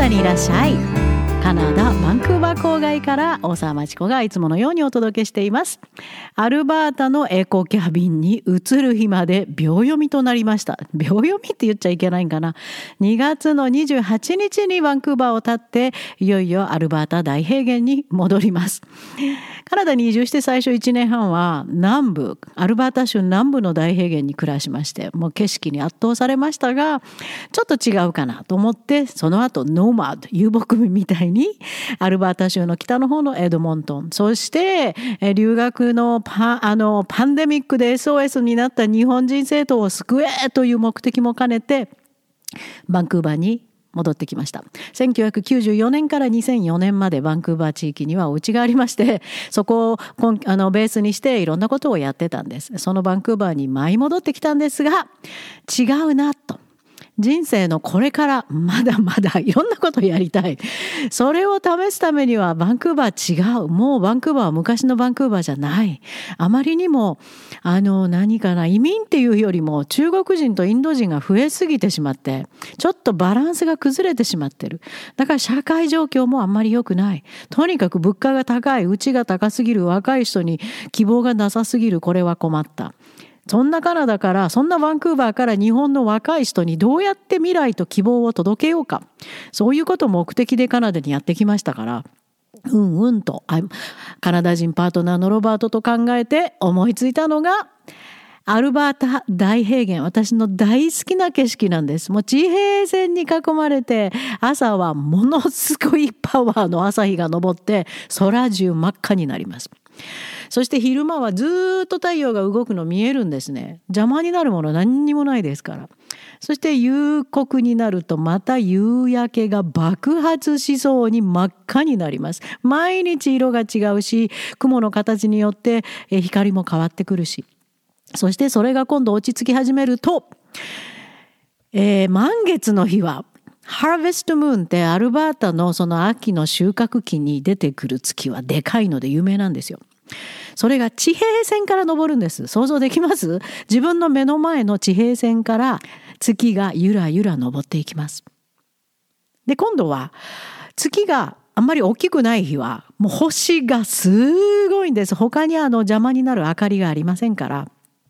にいらっしゃい。カナダバンクーバー郊外から大沢まちこがいつものようにお届けしています。アルバータのエコキャビンに移る日まで秒読みとなりました。秒読みって言っちゃいけないんかな。2月の28日にバンクーバーを立っていよいよアルバータ大平原に戻ります。カナダに移住して最初1年半は南部アルバータ州南部の大平原に暮らしまして、もう景色に圧倒されましたが、ちょっと違うかなと思って、その後ノーマド遊牧民みたいにアルバータ州の北の方のエドモントン、そして留学のパンデミックで SOS になった日本人生徒を救えという目的も兼ねてバンクーバーに戻ってきました。1994年から2004年までバンクーバー地域にはお家がありまして、そこをベースにしていろんなことをやってたんです。そのバンクーバーに舞い戻ってきたんですが、違うなと。人生のこれからまだまだいろんなことをやりたい。それを試すためにはバンクーバー違う。もうバンクーバーは昔のバンクーバーじゃない。あまりにも何かな、移民っていうよりも中国人とインド人が増えすぎてしまって、ちょっとバランスが崩れてしまってる。だから社会状況もあんまり良くない。とにかく物価が高い、うちが高すぎる、若い人に希望がなさすぎる、これは困った。そんなカナダから、そんなバンクーバーから日本の若い人にどうやって未来と希望を届けようか。そういうことを目的でカナダにやってきましたから、とカナダ人パートナーのロバートと考えて思いついたのが、アルバータ大平原、私の大好きな景色なんです。もう地平線に囲まれて、朝はものすごいパワーの朝日が昇って空中真っ赤になります。そして昼間はずっと太陽が動くの見えるんですね。邪魔になるもの何にもないですから。そして夕刻になるとまた夕焼けが爆発しそうに真っ赤になります。毎日色が違うし、雲の形によって光も変わってくるし。そしてそれが今度落ち着き始めると、満月の日はハーベストムーンってアルバータのその秋の収穫期に出てくる月はでかいので有名なんですよ。それが地平線から昇るんです。想像できます？自分の目の前の地平線から月がゆらゆら昇っていきます。で、今度は月があんまり大きくない日はもう星がすごいんです。他に邪魔になる明かりがありませんから。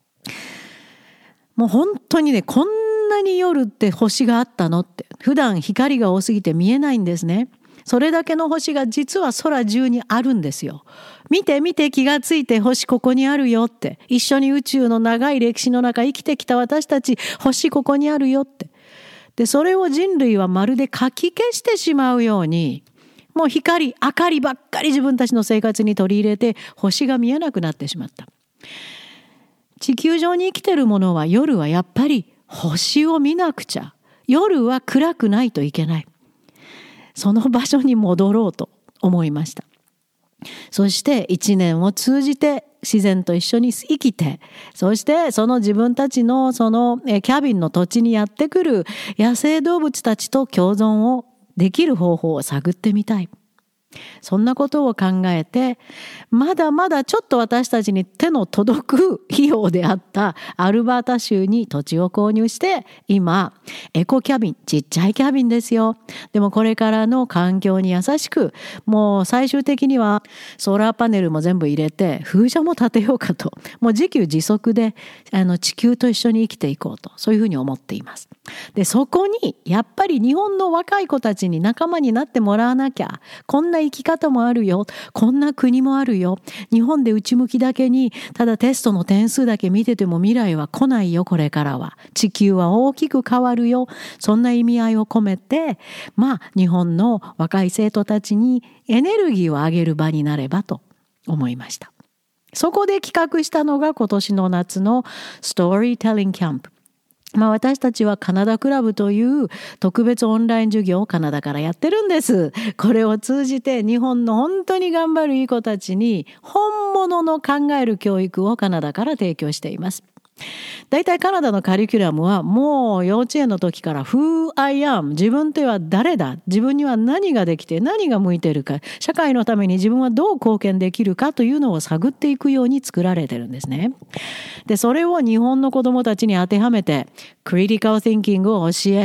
もう本当にね、こんなに夜って星があったのって、普段光が多すぎて見えないんですね。それだけの星が実は空中にあるんですよ。見て見て、気がついて、星ここにあるよって。一緒に宇宙の長い歴史の中生きてきた私たち、星ここにあるよって。で、それを人類はまるでかき消してしまうように、もう光、明かりばっかり自分たちの生活に取り入れて、星が見えなくなってしまった。地球上に生きてるものは夜はやっぱり星を見なくちゃ。夜は暗くないといけない。その場所に戻ろうと思いました。そして一年を通じて自然と一緒に生きて、そしてその自分たちのそのキャビンの土地にやってくる野生動物たちと共存をできる方法を探ってみたい。そんなことを考えて、まだまだちょっと私たちに手の届く費用であったアルバータ州に土地を購入して、今エコキャビン、ちっちゃいキャビンですよ。でもこれからの環境に優しく、もう最終的にはソーラーパネルも全部入れて風車も建てようかと、もう自給自足で地球と一緒に生きていこうと、そういうふうに思っています。で、そこにやっぱり日本の若い子たちに仲間になってもらわなきゃ、こんな生き方もあるよ、こんな国もあるよ、日本で内向きだけにただテストの点数だけ見てても未来は来ないよ、これからは地球は大きく変わるよ、そんな意味合いを込めて、日本の若い生徒たちにエネルギーを上げる場になればと思いました。そこで企画したのが今年の夏のストーリーテリングキャンプ。私たちはカナダクラブという特別オンライン授業をカナダからやってるんです。これを通じて日本の本当に頑張るいい子たちに本物の考える教育をカナダから提供しています。だいたいカナダのカリキュラムはもう幼稚園の時から Who I am、 自分とは誰だ、自分には何ができて何が向いているか、社会のために自分はどう貢献できるかというのを探っていくように作られてるんですね。で、それを日本の子どもたちに当てはめてクリティカル・シンキングを教え、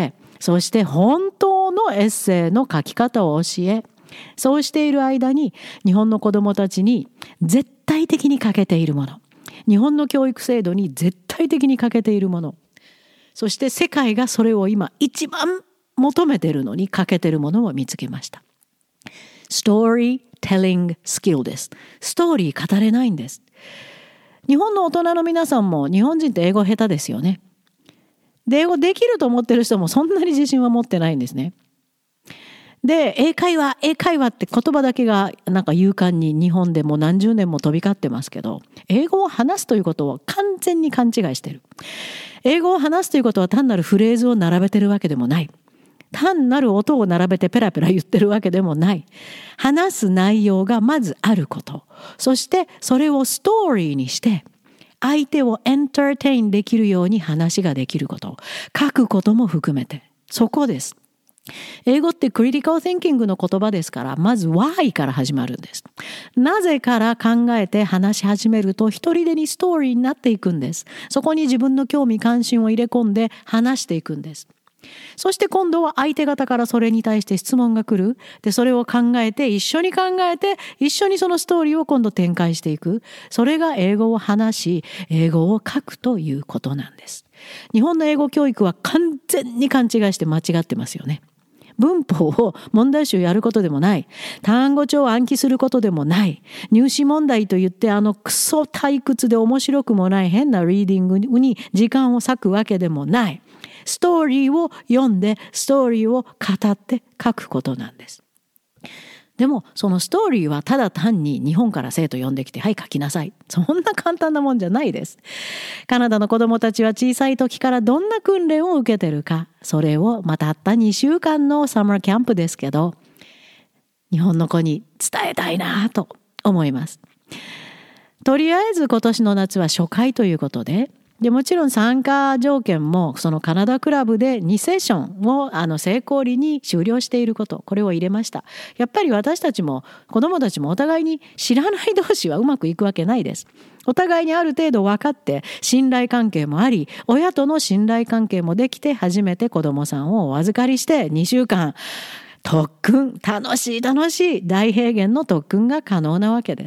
そして本当のエッセイの書き方を教え、そうしている間に日本の子どもたちに絶対的に欠けているもの、日本の教育制度に絶対的に欠けているもの、そして世界がそれを今一番求めているのに欠けているものを見つけました。ストーリーテリングスキルです。ストーリー語れないんです。日本の大人の皆さんも日本人って英語下手ですよね。で、英語できると思ってる人もそんなに自信は持ってないんですね。で、英会話って言葉だけがなんか勇敢に日本でも何十年も飛び交ってますけど、英語を話すということを完全に勘違いしてる。英語を話すということは単なるフレーズを並べてるわけでもない。単なる音を並べてペラペラ言ってるわけでもない。話す内容がまずあること。そしてそれをストーリーにして、相手をエンターテインできるように話ができること。書くことも含めて。そこです。英語ってクリティカル・シンキングの言葉ですから、まず why から始まるんです。なぜから考えて話し始めると一人でにストーリーになっていくんです。そこに自分の興味関心を入れ込んで話していくんです。そして今度は相手方からそれに対して質問が来る。で、それを考えて、一緒に考えて、一緒にそのストーリーを今度展開していく。それが英語を話し、英語を書くということなんです。日本の英語教育は完全に勘違いして間違ってますよね。文法を問題集やることでもない。単語帳を暗記することでもない。入試問題といってクソ退屈で面白くもない変なリーディングに時間を割くわけでもない。ストーリーを読んでストーリーを語って書くことなんです。でもそのストーリーはただ単に日本から生徒呼んできて、はい書きなさい。そんな簡単なもんじゃないです。カナダの子どもたちは小さい時からどんな訓練を受けてるか、それをたった2週間のサマーキャンプですけど、日本の子に伝えたいなと思います。とりあえず今年の夏は初回ということで、もちろん参加条件もそのカナダクラブで2セッションを成功裏に終了していること、これを入れました。やっぱり私たちも子どもたちもお互いに知らない同士はうまくいくわけないです。お互いにある程度分かって信頼関係もあり、親との信頼関係もできて初めて子どもさんをお預かりして2週間特訓、楽しい大平原の特訓が可能なわけです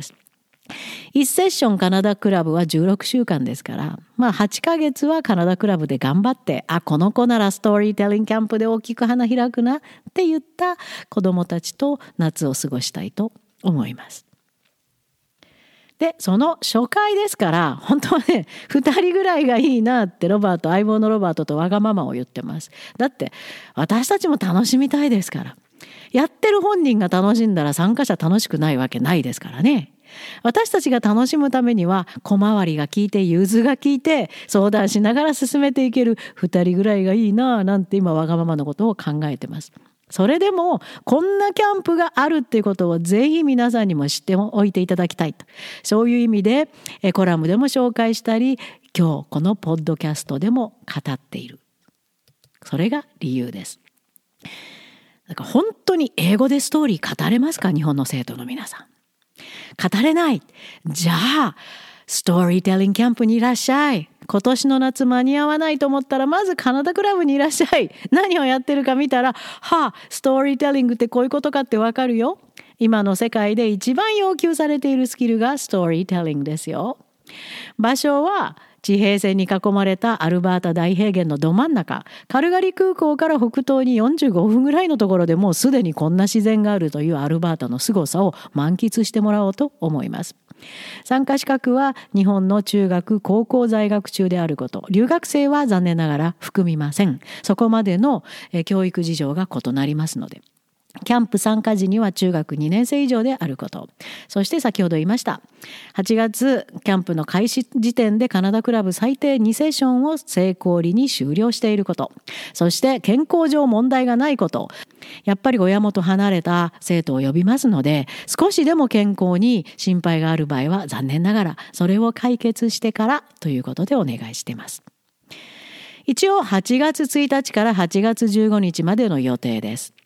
。1セッションカナダクラブは16週間ですから、8ヶ月はカナダクラブで頑張って、この子ならストーリーテリングキャンプで大きく花開くなって言った子どもたちと夏を過ごしたいと思います。で、その初回ですから、本当はね、2人ぐらいがいいなって相棒のロバートとわがままを言ってます。だって私たちも楽しみたいですから。やってる本人が楽しんだら参加者楽しくないわけないですからね。私たちが楽しむためには小回りが効いて融通が効いて相談しながら進めていける2人ぐらいがいいななんて今わがままのことを考えてます。それでもこんなキャンプがあるっていうことをぜひ皆さんにも知っておいていただきたいと、そういう意味でコラムでも紹介したり、今日このポッドキャストでも語っている。それが理由です。だから本当に英語でストーリー語れますか？日本の生徒の皆さん。語れない。じゃあストーリーテリングキャンプにいらっしゃい。今年の夏間に合わないと思ったらまずカナダクラブにいらっしゃい。何をやってるか見たら、ストーリーテリングってこういうことかってわかるよ。今の世界で一番要求されているスキルがストーリーテリングですよ。場所は地平線に囲まれたアルバータ大平原のど真ん中、カルガリ空港から北東に45分ぐらいのところでもうすでにこんな自然があるというアルバータの凄さを満喫してもらおうと思います。参加資格は日本の中学高校在学中であること、留学生は残念ながら含みません。そこまでの教育事情が異なりますので、キャンプ参加時には中学2年生以上であること。そして先ほど言いました。8月、キャンプの開始時点でカナダクラブ最低2セッションを成功裏に終了していること。そして健康上問題がないこと。やっぱり親元離れた生徒を呼びますので、少しでも健康に心配がある場合は残念ながらそれを解決してからということでお願いしています。一応8月1日から8月15日までの予定です。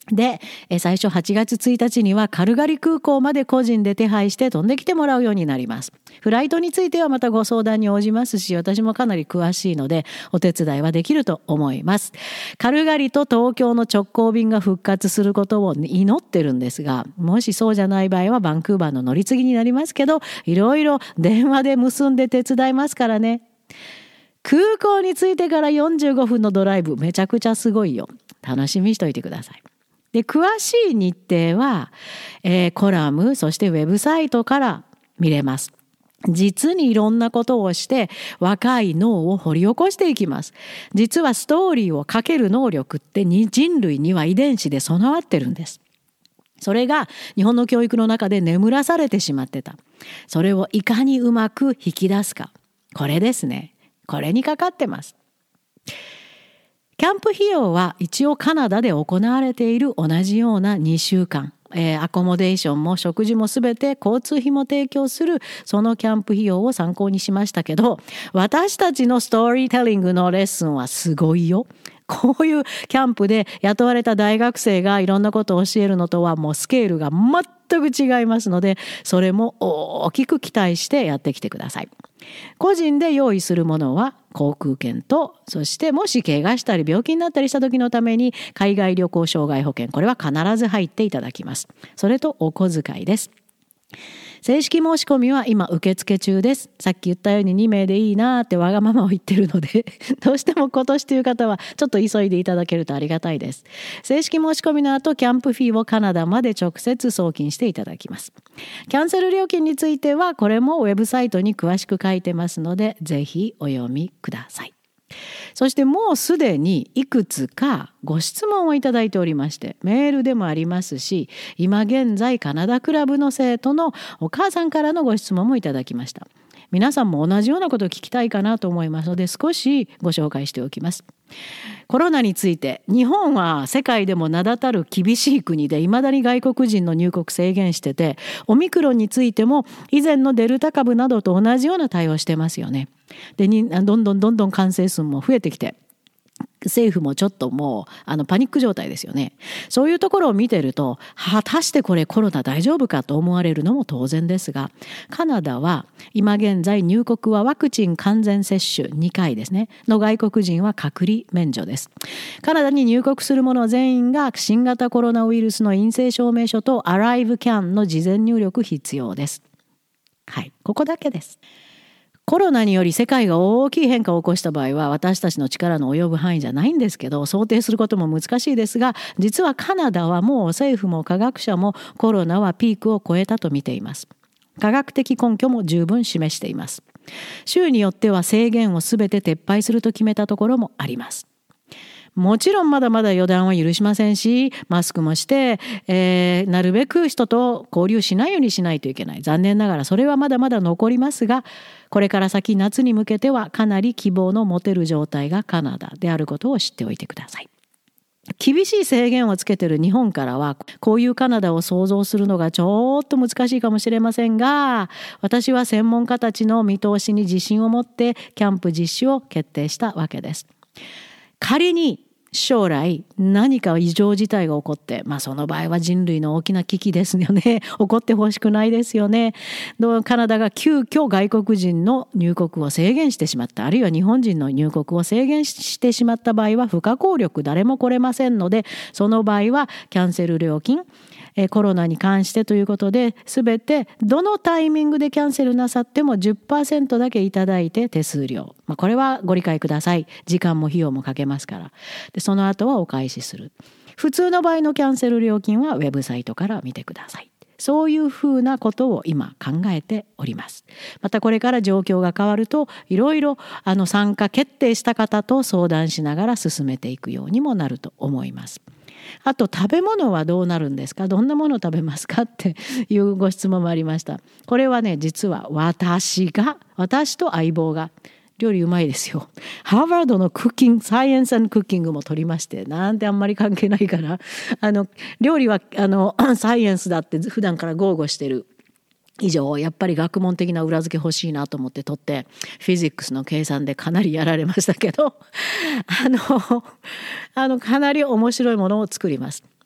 で、最初8月1日にはカルガリ空港まで個人で手配して飛んできてもらうようになります。フライトについてはまたご相談に応じますし、私もかなり詳しいのでお手伝いはできると思います。カルガリと東京の直行便が復活することを祈ってるんですが、もしそうじゃない場合はバンクーバーの乗り継ぎになりますけど、いろいろ電話で結んで手伝いますからね。空港に着いてから45分のドライブ、めちゃくちゃすごいよ。楽しみにしといてください。で、詳しい日程は、コラム、そしてウェブサイトから見れます。実にいろんなことをして若い脳を掘り起こしていきます。実はストーリーを書ける能力って人類には遺伝子で備わってるんです。それが日本の教育の中で眠らされてしまってた。それをいかにうまく引き出すか。これですね。これにかかってます。キャンプ費用は一応カナダで行われている同じような2週間。アコモデーションも食事もすべて交通費も提供するそのキャンプ費用を参考にしましたけど、私たちのストーリーテリングのレッスンはすごいよ。こういうキャンプで雇われた大学生がいろんなことを教えるのとはもうスケールが全く違いますので、それも大きく期待してやってきてください。個人で用意するものは航空券と、そしてもし怪我したり病気になったりした時のために海外旅行障害保険、これは必ず入っていただきます。それとお小遣いです。正式申し込みは今受付中です。さっき言ったように2名でいいなってわがままを言ってるのでどうしても今年という方はちょっと急いでいただけるとありがたいです。正式申し込みの後、キャンプフィーをカナダまで直接送金していただきます。キャンセル料金についてはこれもウェブサイトに詳しく書いてますので、ぜひお読みください。そしてもうすでにいくつかご質問をいただいておりまして、メールでもありますし、今現在カナダクラブの生徒のお母さんからのご質問もいただきました。皆さんも同じようなことを聞きたいかなと思いますので、少しご紹介しておきます。コロナについて、日本は世界でも名だたる厳しい国で、いまだに外国人の入国制限してて、オミクロンについても以前のデルタ株などと同じような対応してますよね。で、どんどん感染数も増えてきて、政府もちょっともうパニック状態ですよね。そういうところを見てると、果たしてこれコロナ大丈夫かと思われるのも当然ですが、カナダは今現在入国はワクチン完全接種2回ですねの外国人は隔離免除です。カナダに入国する者全員が新型コロナウイルスの陰性証明書とアライブキャンの事前入力必要です。はい、ここだけです。コロナにより世界が大きい変化を起こした場合は私たちの力の及ぶ範囲じゃないんですけど、想定することも難しいですが、実はカナダはもう政府も科学者もコロナはピークを超えたと見ています。科学的根拠も十分示しています。州によっては制限をすべて撤廃すると決めたところもあります。もちろんまだまだ予断は許しませんし、マスクもして、なるべく人と交流しないようにしないといけない。残念ながらそれはまだまだ残りますが、これから先夏に向けてはかなり希望の持てる状態がカナダであることを知っておいてください。厳しい制限をつけている日本からはこういうカナダを想像するのがちょっと難しいかもしれませんが、私は専門家たちの見通しに自信を持ってキャンプ実施を決定したわけです。仮に将来何か異常事態が起こって、その場合は人類の大きな危機ですよね。起こってほしくないですよね。カナダが急遽外国人の入国を制限してしまった、あるいは日本人の入国を制限してしまった場合は不可抗力、誰も来れませんので、その場合はキャンセル料金、コロナに関してということで、全てどのタイミングでキャンセルなさっても 10% だけいただいて手数料、これはご理解ください。時間も費用もかけますから。でその後はお返しする。普通の場合のキャンセル料金はウェブサイトから見てください。そういうふうなことを今考えております。またこれから状況が変わると、いろいろ参加決定した方と相談しながら進めていくようにもなると思います。あと食べ物はどうなるんですか、どんなものを食べますかっていうご質問もありました。これはね、実は私と相棒が料理うまいですよ。ハーバードのサイエンス&クッキングも取りまして、なんてあんまり関係ないから料理はサイエンスだって普段から豪語してる以上、やっぱり学問的な裏付け欲しいなと思って取って、フィジックスの計算でかなりやられましたけどかなり面白いものを作ります。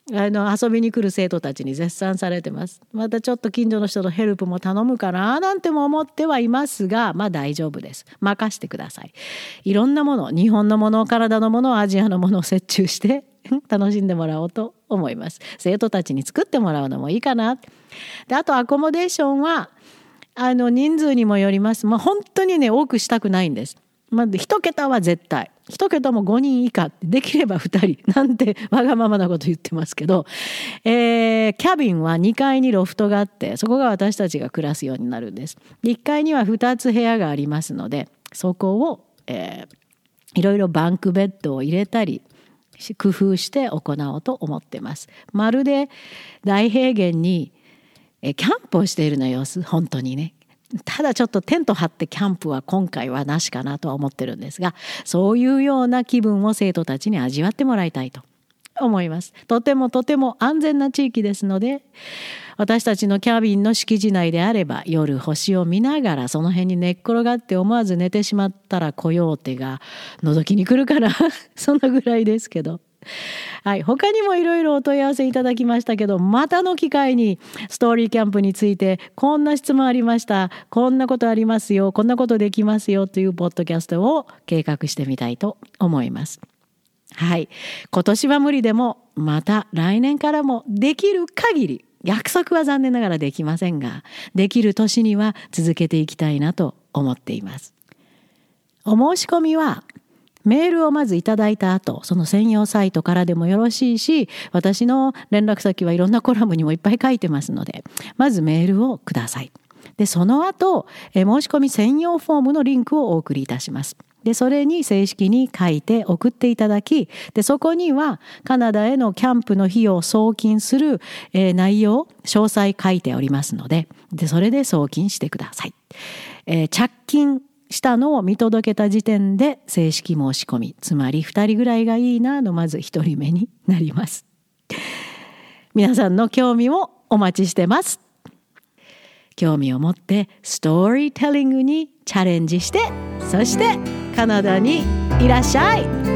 遊びに来る生徒たちに絶賛されてます。またちょっと近所の人のヘルプも頼むかななんても思ってはいますが、大丈夫です。任してください。いろんなもの、日本のもの、体のもの、アジアのものを折衷して楽しんでもらおうと思います。生徒たちに作ってもらうのもいいかな。で、あとアコモデーションは人数にもよります。本当にね、多くしたくないんです。1桁は絶対。1桁も5人以下、できれば2人なんてわがままなこと言ってますけど、キャビンは2階にロフトがあって、そこが私たちが暮らすようになるんです。1階には2つ部屋がありますので、そこを、いろいろバンクベッドを入れたり工夫して行おうと思ってます。まるで大平原にキャンプをしているの様子、本当にね。ただちょっとテント張ってキャンプは今回はなしかなとは思ってるんですが、そういうような気分を生徒たちに味わってもらいたいと思います。とても安全な地域ですので、私たちのキャビンの敷地内であれば、夜星を見ながらその辺に寝っ転がって思わず寝てしまったらコヨーテが覗きに来るからそんなぐらいですけど、はい、他にもいろいろお問い合わせいただきましたけど、またの機会にストーリーキャンプについてこんな質問ありました、こんなことありますよ、こんなことできますよというポッドキャストを計画してみたいと思います。はい、今年は無理でもまた来年からもできる限り、約束は残念ながらできませんが、できる年には続けていきたいなと思っています。お申し込みはメールをまずいただいた後、その専用サイトからでもよろしいし、私の連絡先はいろんなコラムにもいっぱい書いてますので、まずメールをください。で、その後、申し込み専用フォームのリンクをお送りいたします。で、それに正式に書いて送っていただき、で、そこにはカナダへのキャンプの費用を送金する、内容、詳細書いておりますので、それで送金してください。着金したのを見届けた時点で正式申し込み、つまり2人ぐらいがいいなのまず1人目になります。皆さんの興味をお待ちしてます。興味を持ってストーリーテリングにチャレンジして、そしてカナダにいらっしゃい。